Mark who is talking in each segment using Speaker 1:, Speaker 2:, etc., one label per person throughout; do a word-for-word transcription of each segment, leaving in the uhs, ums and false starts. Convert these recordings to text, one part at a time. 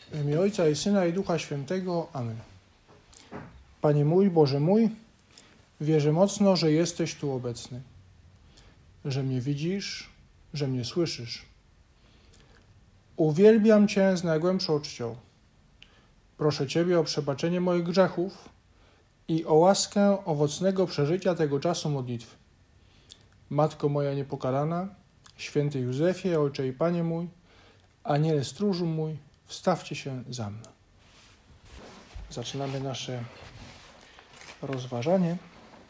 Speaker 1: W imię Ojca i Syna i Ducha Świętego. Amen. Panie mój, Boże mój, wierzę mocno, że jesteś tu obecny, że mnie widzisz, że mnie słyszysz. Uwielbiam Cię z najgłębszą czcią. Proszę Ciebie o przebaczenie moich grzechów i o łaskę owocnego przeżycia tego czasu modlitwy. Matko moja niepokalana, święty Józefie, Ojcze i Panie mój, Aniele stróżu mój, wstawcie się za mną. Zaczynamy nasze rozważanie.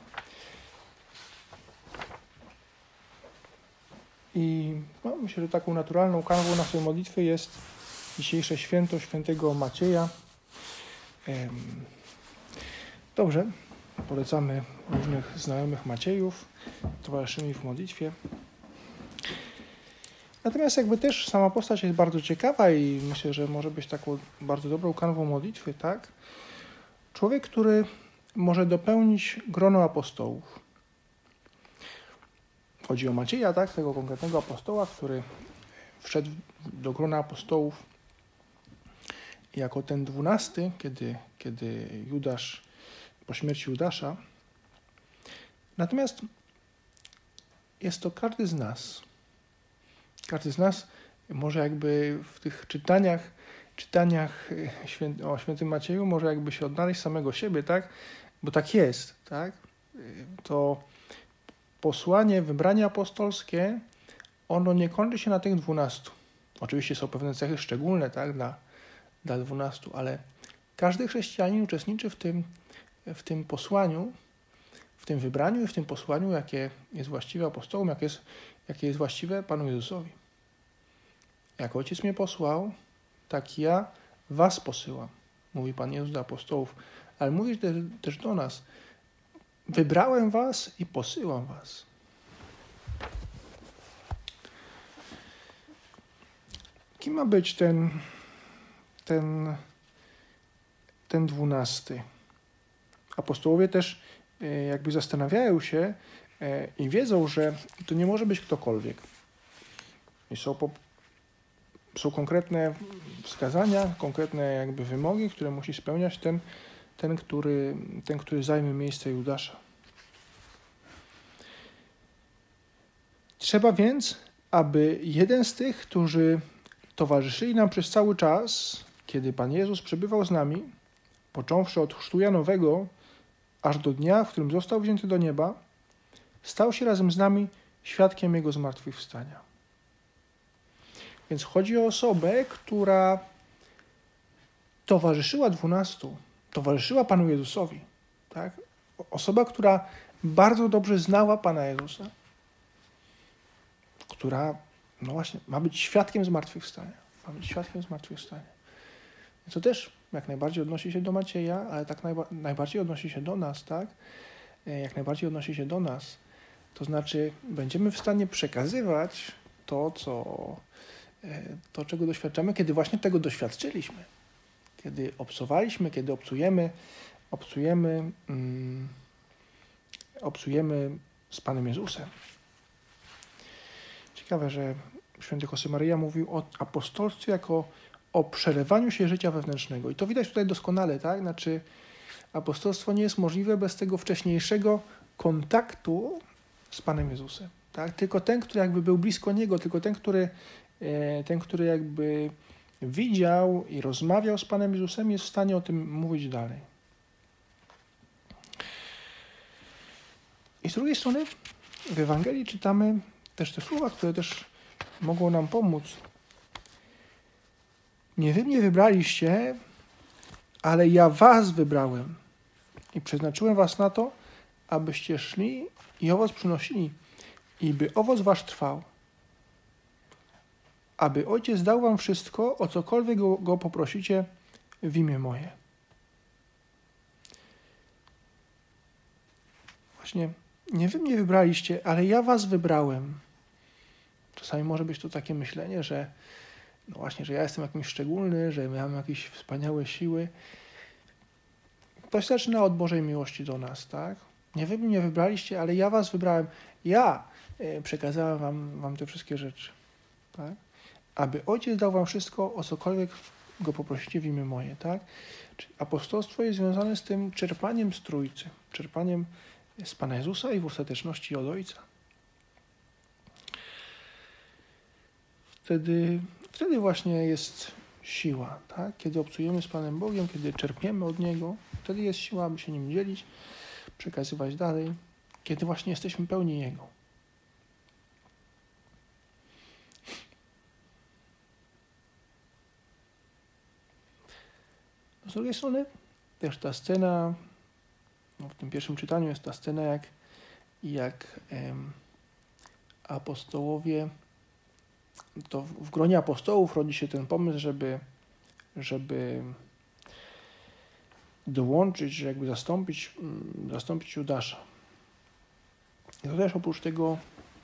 Speaker 1: I no, myślę, że taką naturalną kanwą naszej modlitwy jest dzisiejsze święto świętego Macieja. Dobrze, polecamy różnych znajomych Maciejów, towarzyszymy w modlitwie. Natomiast jakby też sama postać jest bardzo ciekawa i myślę, że może być taką bardzo dobrą kanwą modlitwy, tak? Człowiek, który może dopełnić grono apostołów. Chodzi o Macieja, tak? Tego konkretnego apostoła, który wszedł do grona apostołów jako ten dwunasty, kiedy, kiedy Judasz, po śmierci Judasza. Natomiast jest to każdy z nas. Każdy z nas może jakby w tych czytaniach, czytaniach o świętym Macieju może jakby się odnaleźć samego siebie, tak? Bo tak jest, tak? To posłanie, wybranie apostolskie, ono nie kończy się na tych dwunastu. Oczywiście są pewne cechy szczególne, tak? Dla, dla dwunastu, ale każdy chrześcijanin uczestniczy w tym, w tym posłaniu, w tym wybraniu i w tym posłaniu, jakie jest właściwe apostołom, jakie jest, jakie jest właściwe Panu Jezusowi. Jak Ojciec mnie posłał, tak ja was posyłam, mówi Pan Jezus do apostołów, ale mówi też do nas, wybrałem was i posyłam was. Kim ma być ten, ten, ten dwunasty? Apostołowie też jakby zastanawiają się i wiedzą, że to nie może być ktokolwiek. I są, po, są konkretne wskazania, konkretne jakby wymogi, które musi spełniać ten, ten, który, ten, który zajmie miejsce Judasza. Trzeba więc, aby jeden z tych, którzy towarzyszyli nam przez cały czas, kiedy Pan Jezus przebywał z nami, począwszy od chrztu Janowego, aż do dnia, w którym został wzięty do nieba, stał się razem z nami świadkiem Jego zmartwychwstania. Więc chodzi o osobę, która towarzyszyła dwunastu, towarzyszyła Panu Jezusowi. Tak? Osoba, która bardzo dobrze znała Pana Jezusa, która, no właśnie, ma być świadkiem zmartwychwstania. Ma być świadkiem zmartwychwstania. To też jak najbardziej odnosi się do Macieja, ale tak najba- najbardziej odnosi się do nas, tak? Jak najbardziej odnosi się do nas. To znaczy, będziemy w stanie przekazywać to, co, to, czego doświadczamy, kiedy właśnie tego doświadczyliśmy. Kiedy obcowaliśmy, kiedy obcujemy, obcujemy, mm, obcujemy z Panem Jezusem. Ciekawe, że święty Josemaria mówił o apostolstwie jako o przelewaniu się życia wewnętrznego. I to widać tutaj doskonale, tak? Znaczy, apostolstwo nie jest możliwe bez tego wcześniejszego kontaktu z Panem Jezusem. Tak? Tylko ten, który jakby był blisko Niego, tylko ten, który, ten, który jakby widział i rozmawiał z Panem Jezusem, jest w stanie o tym mówić dalej. I z drugiej strony w Ewangelii czytamy też te słowa, które też mogą nam pomóc. Nie wy mnie wybraliście, ale ja was wybrałem i przeznaczyłem was na to, abyście szli i owoc przynosili, i by owoc wasz trwał. Aby Ojciec dał wam wszystko, o cokolwiek go, go poprosicie w imię moje. Właśnie, nie wy mnie wybraliście, ale ja was wybrałem. Czasami może być to takie myślenie, że no właśnie, że ja jestem jakimś szczególny, że my mamy jakieś wspaniałe siły. To się zaczyna od Bożej miłości do nas, tak? Nie wy mnie wybraliście, ale ja was wybrałem. Ja przekazałem wam, wam te wszystkie rzeczy, tak? Aby Ojciec dał wam wszystko, o cokolwiek go poprosicie w imię moje, tak? Czyli apostolstwo jest związane z tym czerpaniem z Trójcy, czerpaniem z Pana Jezusa i w ostateczności od Ojca. Wtedy, wtedy właśnie jest siła, tak? Kiedy obcujemy z Panem Bogiem, kiedy czerpiemy od Niego, wtedy jest siła, aby się Nim dzielić, przekazywać dalej, kiedy właśnie jesteśmy pełni Jego. Z drugiej strony też ta scena, no w tym pierwszym czytaniu jest ta scena, jak, jak em, apostołowie, to w gronie apostołów rodzi się ten pomysł, żeby, żeby dołączyć, jakby zastąpić, zastąpić Judasza. I to też oprócz tego,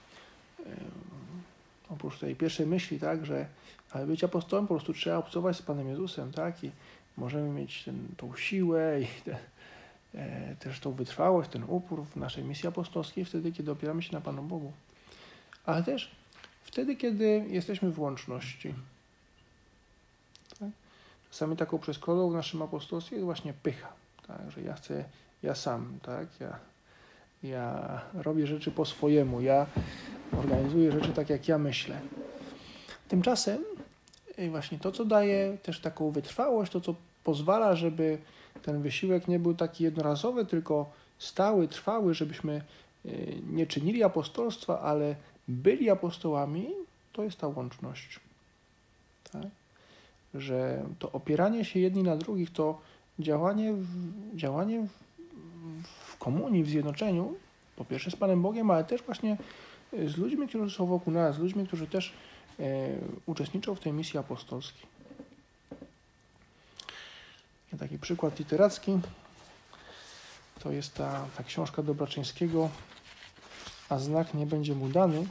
Speaker 1: oprócz tej pierwszej myśli, tak, że aby być apostołem po prostu trzeba obcować z Panem Jezusem, tak, i możemy mieć ten, tą siłę i te, e, też tą wytrwałość, ten upór w naszej misji apostolskiej wtedy, kiedy opieramy się na Panu Bogu. Ale też wtedy, kiedy jesteśmy w łączności. Tak? Czasami taką przeszkodą w naszym apostolstwie jest właśnie pycha, tak? Że ja chcę, ja sam, tak? ja, ja robię rzeczy po swojemu, ja organizuję rzeczy tak, jak ja myślę. Tymczasem właśnie to, co daje też taką wytrwałość, to, co pozwala, żeby ten wysiłek nie był taki jednorazowy, tylko stały, trwały, żebyśmy nie czynili apostolstwa, ale byli apostołami, to jest ta łączność. Tak? Że to opieranie się jedni na drugich, to działanie w, działanie w, w komunii, w zjednoczeniu, po pierwsze z Panem Bogiem, ale też właśnie z ludźmi, którzy są wokół nas, z ludźmi, którzy też e, uczestniczą w tej misji apostolskiej. I taki przykład literacki to jest ta, ta książka Dobraczyńskiego, a znak nie będzie mu dany,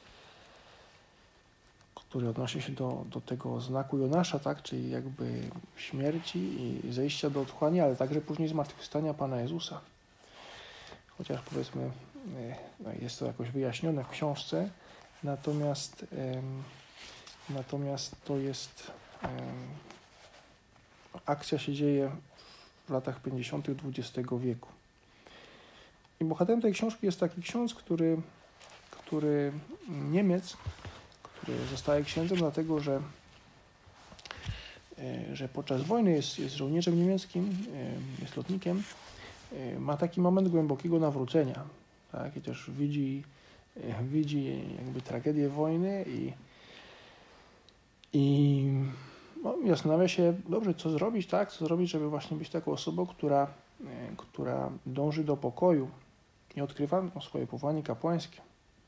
Speaker 1: który odnosi się do, do tego znaku Jonasza, tak, czyli jakby śmierci i zejścia do otchłani, ale także później zmartwychwstania Pana Jezusa. Chociaż powiedzmy, no jest to jakoś wyjaśnione w książce, natomiast, um, natomiast to jest um, akcja się dzieje w latach pięćdziesiątych dwudziestego wieku. I bohaterem tej książki jest taki ksiądz, który, który Niemiec, który zostaje księdzem dlatego, że, że podczas wojny jest, jest żołnierzem niemieckim, jest lotnikiem, ma taki moment głębokiego nawrócenia, tak? I też widzi, widzi jakby tragedię wojny i, i no, zastanawia się, dobrze, co zrobić, tak? Co zrobić, żeby właśnie być taką osobą, która, która dąży do pokoju i odkrywa no, swoje powołanie kapłańskie.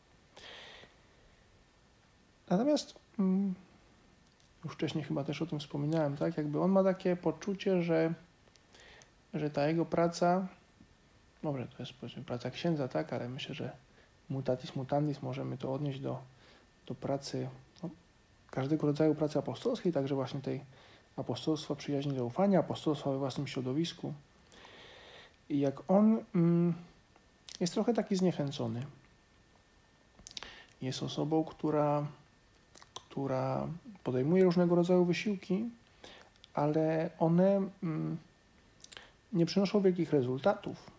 Speaker 1: Natomiast mm, już wcześniej chyba też o tym wspominałem, tak? Jakby on ma takie poczucie, że, że ta jego praca, dobrze, to jest powiedzmy praca księdza, tak? Ale myślę, że mutatis mutandis możemy to odnieść do, do pracy, no, każdego rodzaju pracy apostolskiej, także właśnie tej apostolstwa przyjaźni zaufania, apostolstwa we własnym środowisku. I jak on mm, jest trochę taki zniechęcony, jest osobą, która która podejmuje różnego rodzaju wysiłki, ale one mm, nie przynoszą wielkich rezultatów.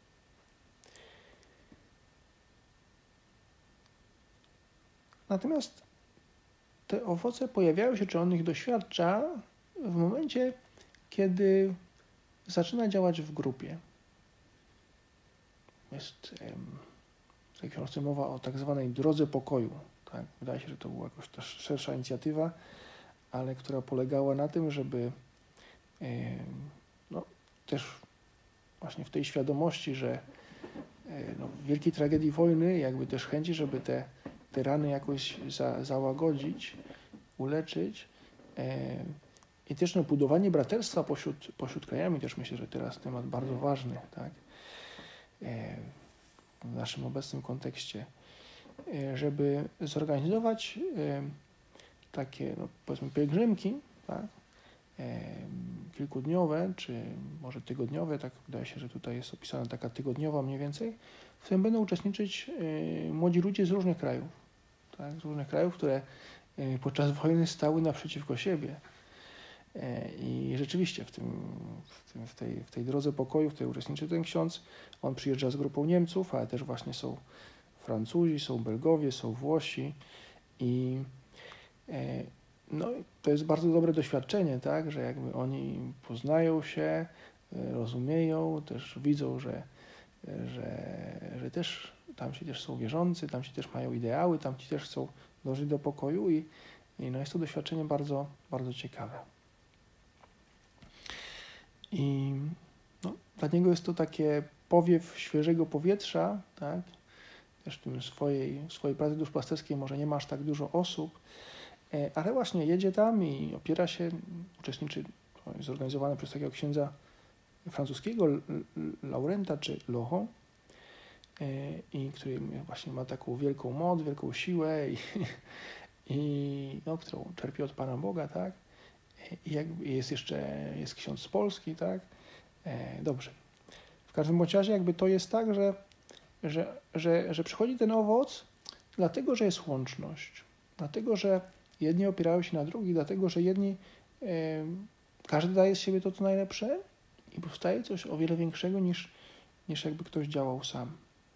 Speaker 1: Natomiast te owoce pojawiają się, czy on ich doświadcza w momencie, kiedy zaczyna działać w grupie. Jest w tej książce mowa o tak zwanej drodze pokoju. Tak? Wydaje się, że to była jakoś też szersza inicjatywa, ale która polegała na tym, żeby no, też właśnie w tej świadomości, że no, w wielkiej tragedii wojny, jakby też chęci, żeby te, te rany jakoś za, załagodzić, uleczyć i też no, budowanie braterstwa pośród, pośród krajami, też myślę, że teraz temat bardzo ważny, tak? W naszym obecnym kontekście, żeby zorganizować takie, no, powiedzmy, pielgrzymki, tak? Kilkudniowe, czy może tygodniowe, tak wydaje się, że tutaj jest opisana taka tygodniowa mniej więcej, w którym będą uczestniczyć młodzi ludzie z różnych krajów, tak? Z różnych krajów, które podczas wojny stały naprzeciwko siebie. I rzeczywiście w, tym, w, tym, w, tej, w tej drodze pokoju, w której uczestniczy ten ksiądz, on przyjeżdża z grupą Niemców, ale też właśnie są Francuzi, są Belgowie, są Włosi i no, to jest bardzo dobre doświadczenie, tak, że jakby oni poznają się, rozumieją, też widzą, że, że, że też tam ci też są wierzący, tam ci też mają ideały, tam ci też chcą dążyć do pokoju i, i no jest to doświadczenie bardzo, bardzo ciekawe. I no, dla niego jest to takie powiew świeżego powietrza, tak? Też w tym swojej, swojej pracy duszpasterskiej może nie ma aż tak dużo osób, ale właśnie jedzie tam i opiera się, uczestniczy, to jest zorganizowane przez takiego księdza francuskiego, Laurenta czy Loho, i który właśnie ma taką wielką moc, wielką siłę i, i no, którą czerpie od Pana Boga, tak? I jakby jest jeszcze, jest ksiądz z Polski, tak? Dobrze. W każdym bądź razie jakby to jest tak, że, że, że, że przychodzi ten owoc dlatego, że jest łączność, dlatego, że jedni opierają się na drugich, dlatego, że jedni, e, każdy daje z siebie to, co najlepsze i powstaje coś o wiele większego niż, niż jakby ktoś działał sam.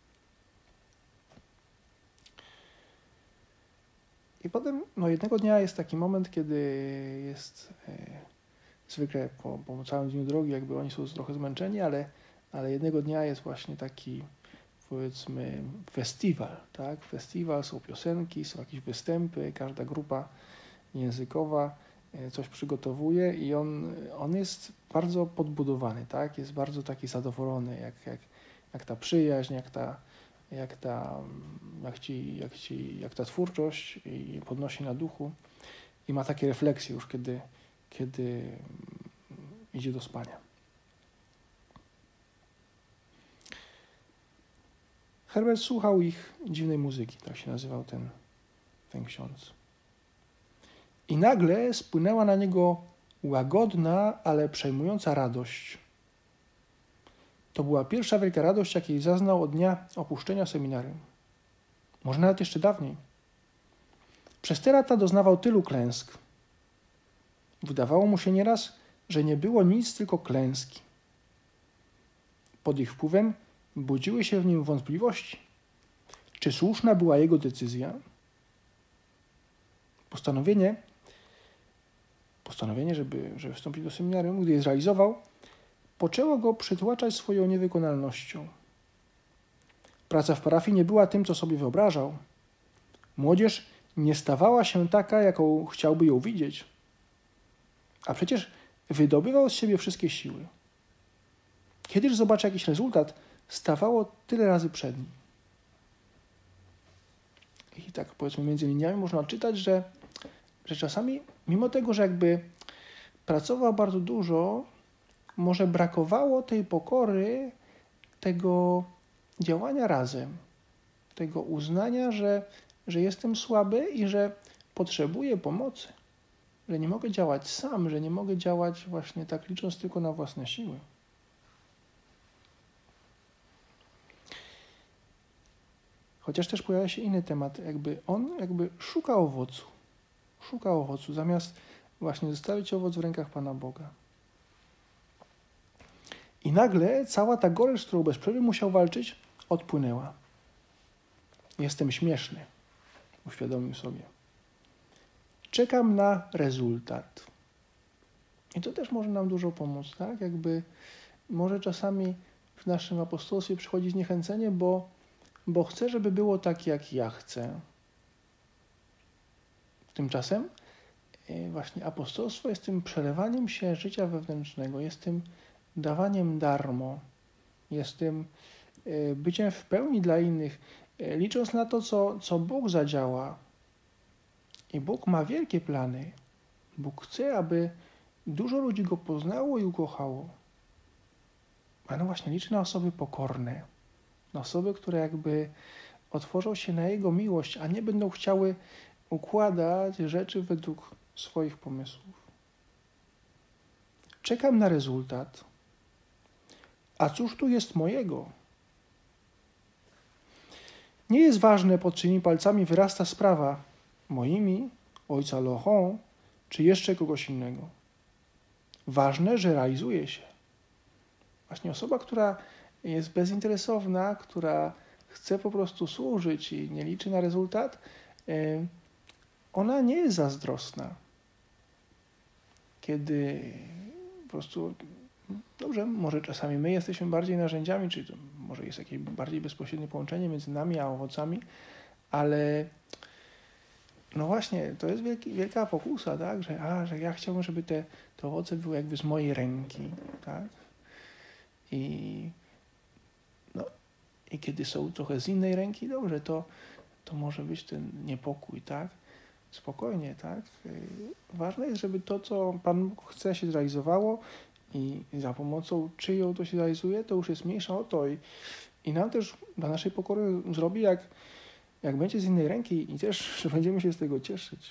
Speaker 1: I potem, no jednego dnia jest taki moment, kiedy jest e, zwykle po, po całym dniu drogi, jakby oni są trochę zmęczeni, ale, ale jednego dnia jest właśnie taki, powiedzmy, festiwal, tak? Festiwal, są piosenki, są jakieś występy, każda grupa językowa coś przygotowuje i on, on jest bardzo podbudowany, tak? Jest bardzo taki zadowolony, jak, jak, jak ta przyjaźń, jak ta, jak ta, jak ci, jak ci, jak ta twórczość i podnosi na duchu i ma takie refleksje już, kiedy, kiedy idzie do spania. Herbert słuchał ich dziwnej muzyki, tak się nazywał ten, ten ksiądz. I nagle spłynęła na niego łagodna, ale przejmująca radość. To była pierwsza wielka radość, jakiej zaznał od dnia opuszczenia seminarium. Może nawet jeszcze dawniej. Przez te lata doznawał tylu klęsk. Wydawało mu się nieraz, że nie było nic, tylko klęski. Pod ich wpływem budziły się w nim wątpliwości. Czy słuszna była jego decyzja? Postanowienie, postanowienie żeby, żeby wstąpić do seminarium, gdy je zrealizował, poczęło go przytłaczać swoją niewykonalnością. Praca w parafii nie była tym, co sobie wyobrażał. Młodzież nie stawała się taka, jaką chciałby ją widzieć. A przecież wydobywał z siebie wszystkie siły. Kiedyż zobaczy jakiś rezultat, stawało tyle razy przed nim. I tak powiedzmy między liniami można czytać, że, że czasami mimo tego, że jakby pracował bardzo dużo, może brakowało tej pokory, tego działania razem, tego uznania, że, że jestem słaby i że potrzebuję pomocy, że nie mogę działać sam, że nie mogę działać właśnie tak licząc tylko na własne siły. Chociaż też pojawia się inny temat, jakby on jakby szuka owocu, szuka owocu, zamiast właśnie zostawić owoc w rękach Pana Boga. I nagle cała ta gorycz, z którą bez przerwy musiał walczyć, odpłynęła. Jestem śmieszny, uświadomił sobie. Czekam na rezultat. I to też może nam dużo pomóc, tak? Jakby może czasami w naszym apostolstwie przychodzi zniechęcenie, bo, bo chcę, żeby było tak, jak ja chcę. Tymczasem właśnie apostolstwo jest tym przelewaniem się życia wewnętrznego, jest tym dawaniem darmo, jest tym byciem w pełni dla innych, licząc na to, co, co Bóg zadziała. I Bóg ma wielkie plany. Bóg chce, aby dużo ludzi Go poznało i ukochało. A no właśnie liczy na osoby pokorne, na osoby, które jakby otworzą się na Jego miłość, a nie będą chciały układać rzeczy według swoich pomysłów. Czekam na rezultat. A cóż tu jest mojego? Nie jest ważne, pod czyimi palcami wyrasta sprawa, moimi, ojca Lohon, czy jeszcze kogoś innego. Ważne, że realizuje się. Właśnie osoba, która jest bezinteresowna, która chce po prostu służyć i nie liczy na rezultat, ona nie jest zazdrosna. Kiedy po prostu, dobrze, może czasami my jesteśmy bardziej narzędziami, czy to może jest jakieś bardziej bezpośrednie połączenie między nami a owocami, ale no właśnie, to jest wielki, wielka pokusa, tak, że, a, że ja chciałbym, żeby te, te owoce były jakby z mojej ręki, tak, i no, i kiedy są trochę z innej ręki, dobrze, to, to może być ten niepokój, tak, spokojnie, tak, ważne jest, żeby to, co Pan Bóg chce, się zrealizowało i za pomocą czyją to się realizuje, to już jest mniejsza o to i, i nam też dla naszej pokory zrobi, jak jak będzie z innej ręki i też że będziemy się z tego cieszyć.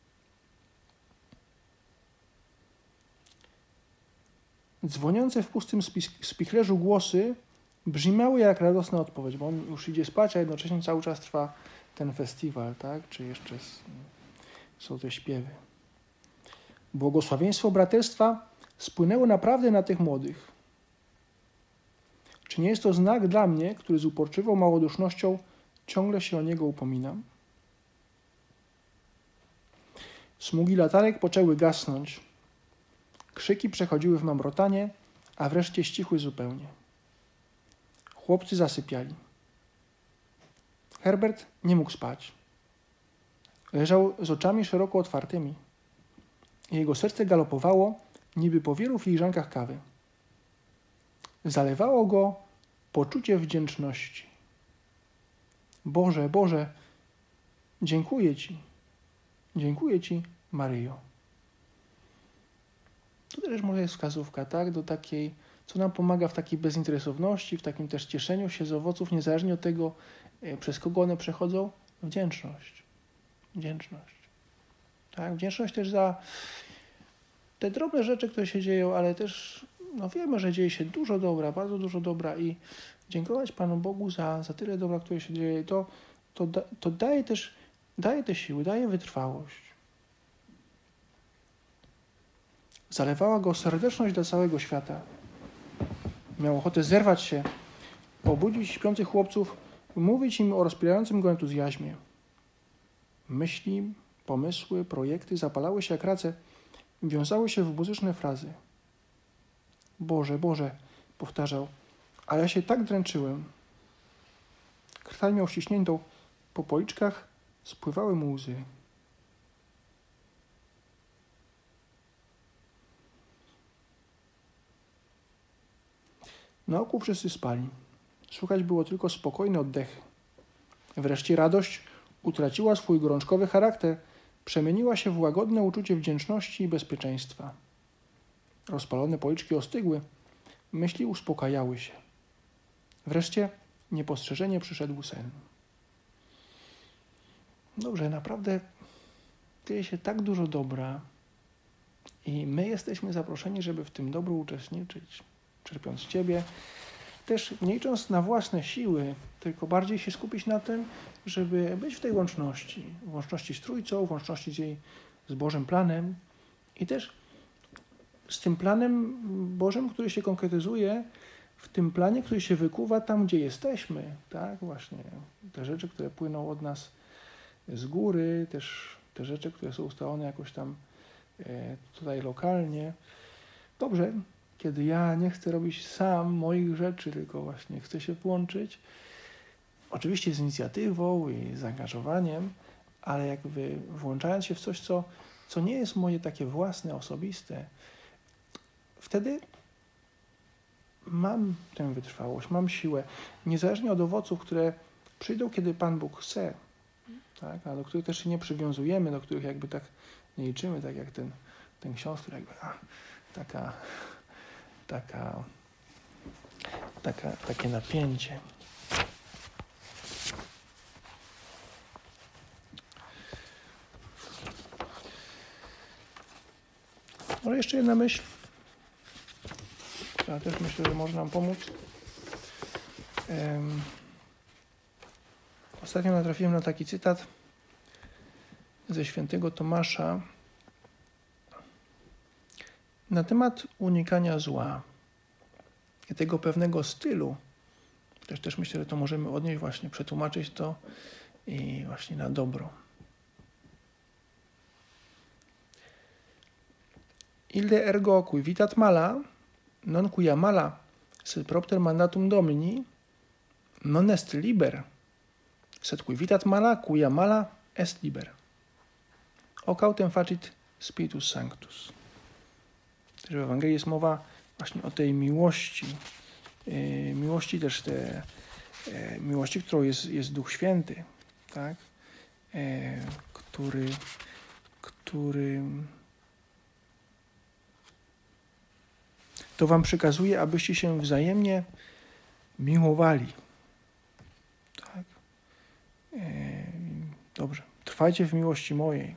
Speaker 1: Dzwoniące w pustym spichlerzu głosy brzmiały jak radosna odpowiedź, bo on już idzie spać, a jednocześnie cały czas trwa ten festiwal, tak? Czy jeszcze są te śpiewy. Błogosławieństwo braterstwa spłynęło naprawdę na tych młodych. Czy nie jest to znak dla mnie, który z uporczywą małodusznością ciągle się o niego upominam? Smugi latarek poczęły gasnąć. Krzyki przechodziły w mamrotanie, a wreszcie stichły zupełnie. Chłopcy zasypiali. Herbert nie mógł spać. Leżał z oczami szeroko otwartymi. Jego serce galopowało, niby po wielu filiżankach kawy. Zalewało go poczucie wdzięczności. Boże, Boże, dziękuję Ci. Dziękuję Ci, Maryjo. To też może jest wskazówka, tak, do takiej, co nam pomaga w takiej bezinteresowności, w takim też cieszeniu się z owoców, niezależnie od tego, przez kogo one przechodzą, wdzięczność. Wdzięczność. Tak, wdzięczność też za te drobne rzeczy, które się dzieją, ale też no wiemy, że dzieje się dużo dobra, bardzo dużo dobra i dziękować Panu Bogu za, za tyle dobra, które się dzieje. To, to, da, to daje też daje te siły, daje wytrwałość. Zalewała go serdeczność dla całego świata. Miał ochotę zerwać się, obudzić śpiących chłopców, mówić im o rozpierającym go entuzjazmie. Myśli, pomysły, projekty zapalały się jak race i wiązały się w muzyczne frazy. Boże, Boże, powtarzał, ale ja się tak dręczyłem. Krtań miał ściśniętą, po policzkach spływały mu łzy. Na oku wszyscy spali. Słychać było tylko spokojny oddech. Wreszcie radość utraciła swój gorączkowy charakter, przemieniła się w łagodne uczucie wdzięczności i bezpieczeństwa. Rozpalone policzki ostygły, myśli uspokajały się. Wreszcie niepostrzeżenie przyszedł sen. Dobrze, naprawdę dzieje się tak dużo dobra i my jesteśmy zaproszeni, żeby w tym dobru uczestniczyć, czerpiąc z Ciebie, też nie licząc na własne siły, tylko bardziej się skupić na tym, żeby być w tej łączności, w łączności z Trójcą, w łączności z jej, z Bożym planem i też z tym planem Bożym, który się konkretyzuje w tym planie, który się wykuwa tam, gdzie jesteśmy, tak, właśnie te rzeczy, które płyną od nas z góry, też te rzeczy, które są ustalone jakoś tam e, tutaj lokalnie. Dobrze, kiedy ja nie chcę robić sam moich rzeczy, tylko właśnie chcę się włączyć, oczywiście z inicjatywą i zaangażowaniem, ale jakby włączając się w coś, co, co nie jest moje takie własne, osobiste, wtedy mam tę wytrwałość, mam siłę, niezależnie od owoców, które przyjdą, kiedy Pan Bóg chce, tak? A do których też się nie przywiązujemy, do których jakby tak nie liczymy, tak jak ten, ten ksiądz, który jakby a, taka, taka, taka, takie napięcie. Ale jeszcze jedna myśl, która też myślę, że może nam pomóc. Um, ostatnio natrafiłem na taki cytat ze świętego Tomasza. na temat unikania zła i tego pewnego stylu. Też, też myślę, że to możemy odnieść właśnie, przetłumaczyć to i właśnie na dobro. Ille ergo cui vitat mala, non cuia mala, sed propter mandatum Domini, non est liber, sed cui vitat mala, cuia mala est liber. Hoc autem facit Spiritus Sanctus. Też w Ewangelii jest mowa właśnie o tej miłości, yy, miłości też te, yy, miłości, którą jest, jest Duch Święty, tak? Yy, który, który to wam przekazuje, abyście się wzajemnie miłowali. Tak? Yy, dobrze. Trwajcie w miłości mojej.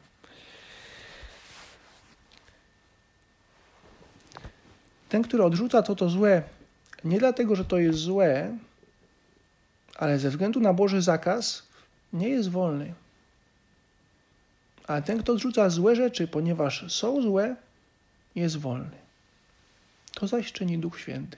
Speaker 1: Ten, który odrzuca to, to złe, nie dlatego, że to jest złe, ale ze względu na Boży zakaz, nie jest wolny. A ten, kto odrzuca złe rzeczy, ponieważ są złe, jest wolny. To zaś czyni Duch Święty.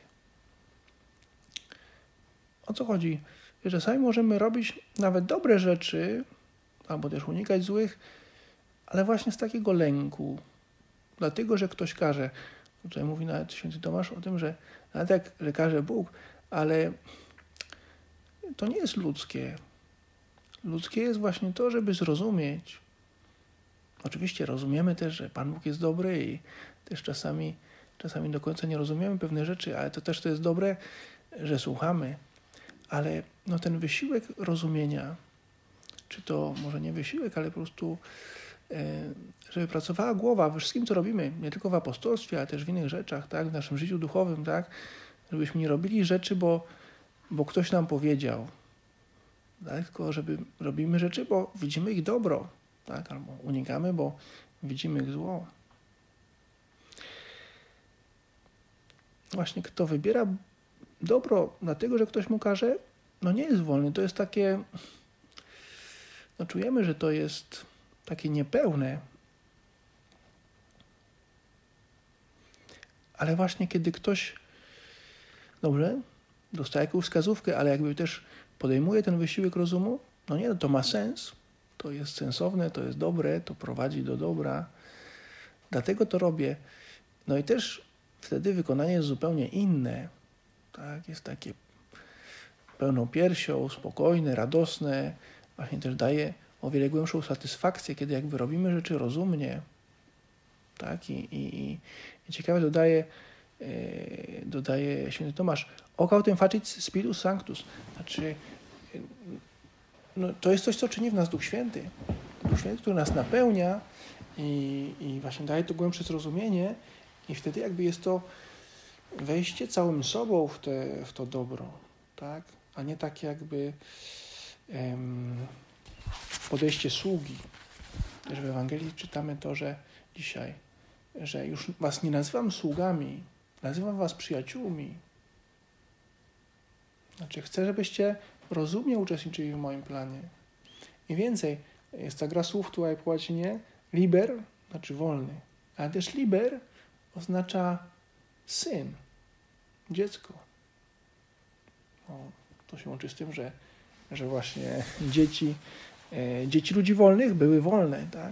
Speaker 1: O co chodzi? Że czasami możemy robić nawet dobre rzeczy, albo też unikać złych, ale właśnie z takiego lęku. Dlatego, że ktoś każe. Tutaj mówi nawet święty Tomasz o tym, że nawet jak że każe Bóg, ale to nie jest ludzkie. Ludzkie jest właśnie to, żeby zrozumieć. Oczywiście rozumiemy też, że Pan Bóg jest dobry i też czasami, czasami do końca nie rozumiemy pewne rzeczy, ale to też to jest dobre, że słuchamy. Ale no ten wysiłek rozumienia, czy to może nie wysiłek, ale po prostu żeby pracowała głowa we wszystkim, co robimy, nie tylko w apostolstwie, ale też w innych rzeczach, tak, w naszym życiu duchowym, tak, żebyśmy nie robili rzeczy, bo, bo ktoś nam powiedział, tak, tylko żeby robimy rzeczy, bo widzimy ich dobro, tak, albo unikamy, bo widzimy ich zło. Właśnie kto wybiera dobro dlatego, że ktoś mu każe, no nie jest wolny. To jest takie, no czujemy, że to jest takie niepełne. Ale właśnie kiedy ktoś, dobrze, dostaje jakąś wskazówkę, ale jakby też podejmuje ten wysiłek rozumu, no nie, to ma sens, to jest sensowne, to jest dobre, to prowadzi do dobra. Dlatego to robię. No i też wtedy wykonanie jest zupełnie inne. Tak, jest takie pełną piersią, spokojne, radosne. Właśnie też daje o wiele głębszą satysfakcję, kiedy jakby robimy rzeczy rozumnie. Tak, i, i, i ciekawe dodaje, e, dodaje święty Tomasz, hoc autem facit Spiritus Sanctus. Znaczy, no, to jest coś, co czyni w nas Duch Święty. Duch Święty, który nas napełnia i, i właśnie daje to głębsze zrozumienie i wtedy jakby jest to wejście całym sobą w, te, w to dobro, tak? A nie takie jakby em, podejście sługi. Też w Ewangelii czytamy to, że dzisiaj, że już was nie nazywam sługami, nazywam was przyjaciółmi. Znaczy chcę, żebyście rozumnie uczestniczyli w moim planie. I więcej, jest ta gra słów tutaj po łacinie, liber, znaczy wolny, ale też liber oznacza syn, dziecko. No, to się łączy z tym, że, że właśnie dzieci, e, dzieci ludzi wolnych były wolne, tak?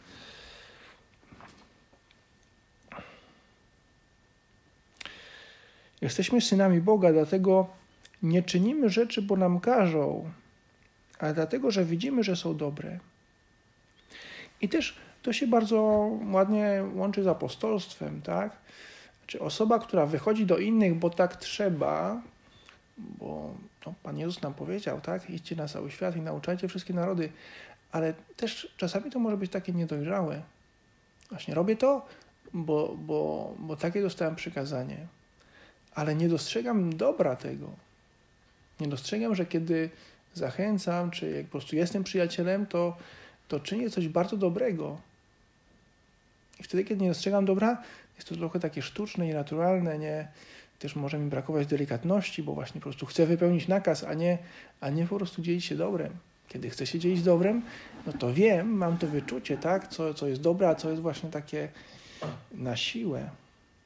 Speaker 1: Jesteśmy synami Boga, dlatego nie czynimy rzeczy, bo nam każą, ale dlatego, że widzimy, że są dobre. I też to się bardzo ładnie łączy z apostolstwem, tak? Znaczy osoba, która wychodzi do innych, bo tak trzeba, bo no, Pan Jezus nam powiedział, tak? Idźcie na cały świat i nauczajcie wszystkie narody, ale też czasami to może być takie niedojrzałe. Właśnie robię to, bo, bo, bo takie dostałem przykazanie, ale nie dostrzegam dobra tego. Nie dostrzegam, że kiedy zachęcam, czy jak po prostu jestem przyjacielem, to, to czynię coś bardzo dobrego. I wtedy, kiedy nie dostrzegam dobra, jest to trochę takie sztuczne, nienaturalne, nie, też może mi brakować delikatności, bo właśnie po prostu chcę wypełnić nakaz, a nie, a nie po prostu dzielić się dobrem. Kiedy chcę się dzielić dobrem, no to wiem, mam to wyczucie, tak, co, co jest dobre, a co jest właśnie takie na siłę.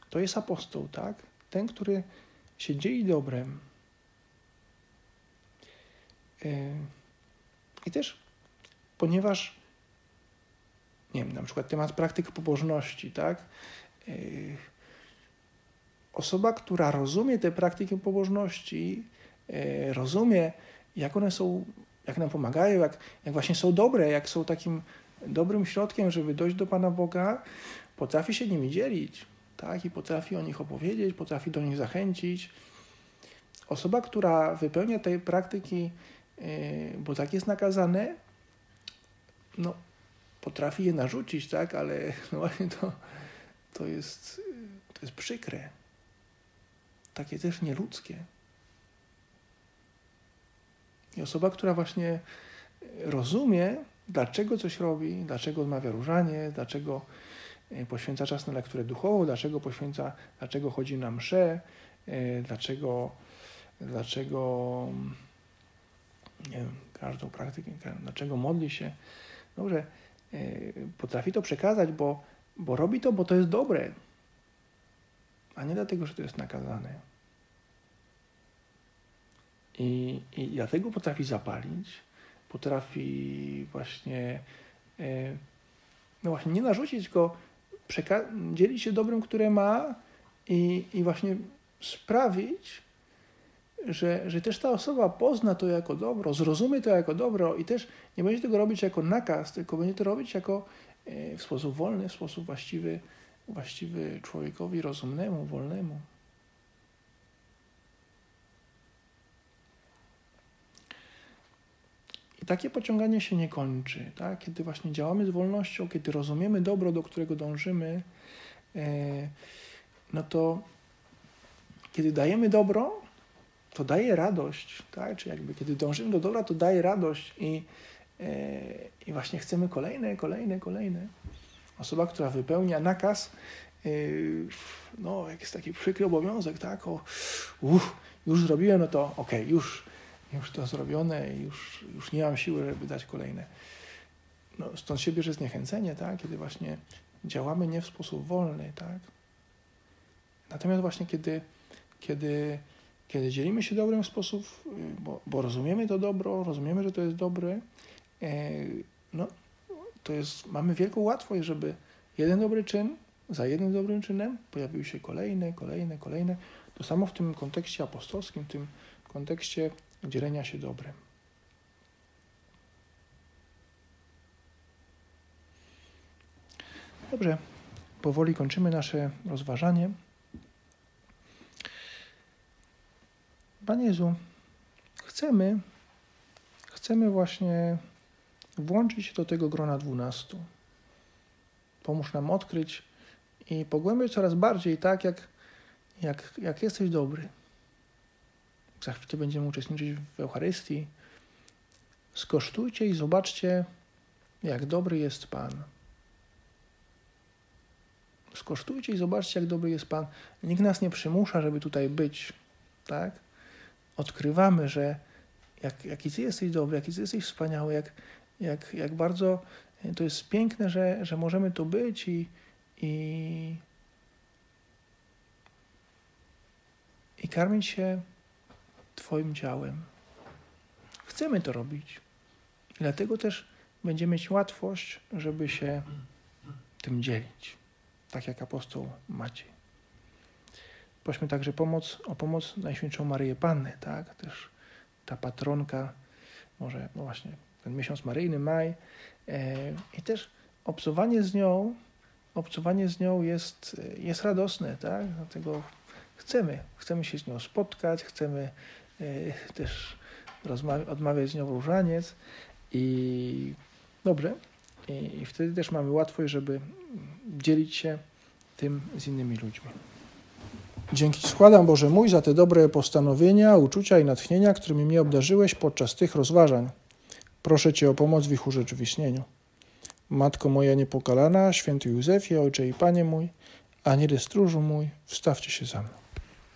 Speaker 1: to jest apostoł, tak? Ten, który się dzieli dobrem. I też, ponieważ, nie wiem, na przykład temat praktyk pobożności, tak? Osoba, która rozumie te praktyki pobożności, rozumie, jak one są, jak nam pomagają, jak, jak właśnie są dobre, jak są takim dobrym środkiem, żeby dojść do Pana Boga, potrafi się nimi dzielić, tak? I potrafi o nich opowiedzieć, potrafi do nich zachęcić. Osoba, która wypełnia te praktyki, bo tak jest nakazane, no, potrafi je narzucić, tak? Ale no właśnie to, to, jest, to jest przykre. Takie też nieludzkie. I osoba, która właśnie rozumie, dlaczego coś robi, dlaczego odmawia różanie, dlaczego poświęca czas na lekturę duchową, dlaczego poświęca, dlaczego chodzi na mszę, dlaczego, dlaczego nie wiem, każdą praktykę, dlaczego modli się. Dobrze, potrafi to przekazać, bo, bo robi to, bo to jest dobre, a nie dlatego, że to jest nakazane. I, i dlatego potrafi zapalić, potrafi właśnie, no właśnie nie narzucić, tylko przeka- dzielić się dobrem, które ma i, i właśnie sprawić, że, że też ta osoba pozna to jako dobro, zrozumie to jako dobro i też nie będzie tego robić jako nakaz, tylko będzie to robić jako w sposób wolny, w sposób właściwy, właściwy człowiekowi rozumnemu, wolnemu. I takie pociąganie się nie kończy, tak? Kiedy właśnie działamy z wolnością, kiedy rozumiemy dobro, do którego dążymy, no to kiedy dajemy dobro, to daje radość, tak? Czy jakby kiedy dążymy do dobra, to daje radość i, i właśnie chcemy kolejne, kolejne, kolejne. Osoba, która wypełnia nakaz, no jak jest taki przykry obowiązek, tak? O, uff, już zrobiłem, no to okej, okay, już już to zrobione i już, już nie mam siły, żeby dać kolejne. No, stąd się bierze zniechęcenie, tak? Kiedy właśnie działamy nie w sposób wolny, tak? Natomiast właśnie kiedy, kiedy, kiedy dzielimy się dobrem w sposób, bo, bo rozumiemy to dobro, rozumiemy, że to jest dobre, no to jest, mamy wielką łatwość, żeby jeden dobry czyn, za jednym dobrym czynem pojawiły się kolejne, kolejne, kolejne. To samo w tym kontekście apostolskim, w tym kontekście dzielenia się dobrem. Dobrze, powoli kończymy nasze rozważanie. Panie Jezu, chcemy, chcemy właśnie włączyć się do tego grona dwunastu. Pomóż nam odkryć i pogłębiać coraz bardziej tak, jak, jak, jak jesteś dobry. Za chwilę będziemy uczestniczyć w Eucharystii. Skosztujcie i zobaczcie, jak dobry jest Pan. Skosztujcie i zobaczcie, jak dobry jest Pan. Nikt nas nie przymusza, żeby tutaj być, tak? Odkrywamy, że jak, jaki Ty jesteś dobry, jaki Ty jesteś wspaniały, jak, jak, jak bardzo to jest piękne, że, że możemy tu być i, i, i karmić się Twoim ciałem. Chcemy to robić. I dlatego też będziemy mieć łatwość, żeby się tym dzielić. Tak jak apostoł Maciej. Prośmy także pomoc, o pomoc Najświętszą Maryję Pannę, tak? Też ta patronka, może no właśnie ten miesiąc maryjny, maj. E, I też obcowanie z nią, obcowanie z nią jest, jest radosne, tak? Dlatego chcemy, chcemy się z nią spotkać, chcemy e, też rozmawiać, odmawiać z nią różaniec i dobrze. I, I wtedy też mamy łatwość, żeby dzielić się tym z innymi ludźmi. Dzięki składam, Boże mój, za te dobre postanowienia, uczucia i natchnienia, którymi mnie obdarzyłeś podczas tych rozważań. Proszę Cię o pomoc w ich urzeczywistnieniu. Matko moja niepokalana, święty Józefie, Ojcze i Panie mój, Aniele stróżu mój, wstawcie się za mną.